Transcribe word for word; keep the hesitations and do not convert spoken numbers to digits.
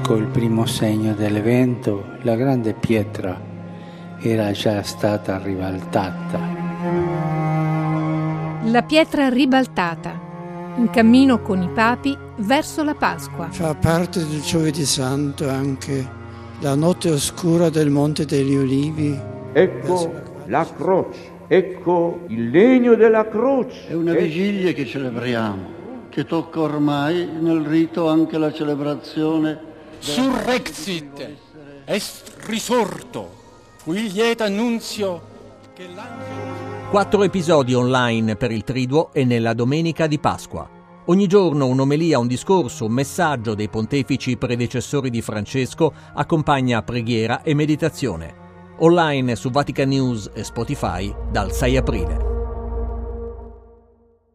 Ecco il primo segno dell'evento, la grande pietra era già stata ribaltata. La pietra ribaltata, in cammino con i papi verso la Pasqua. Fa parte del Giovedì Santo anche la notte oscura del Monte degli Ulivi. Ecco la croce, ecco il legno della croce. È una vigilia che celebriamo, che tocca ormai nel rito anche la celebrazione. Surrexit est risorto, qui liet annunzio che l'angelo... Quattro episodi online per il Triduo e nella Domenica di Pasqua. Ogni giorno un'omelia, un discorso, un messaggio dei pontefici predecessori di Francesco accompagna preghiera e meditazione. Online su Vatican News e Spotify dal sei aprile.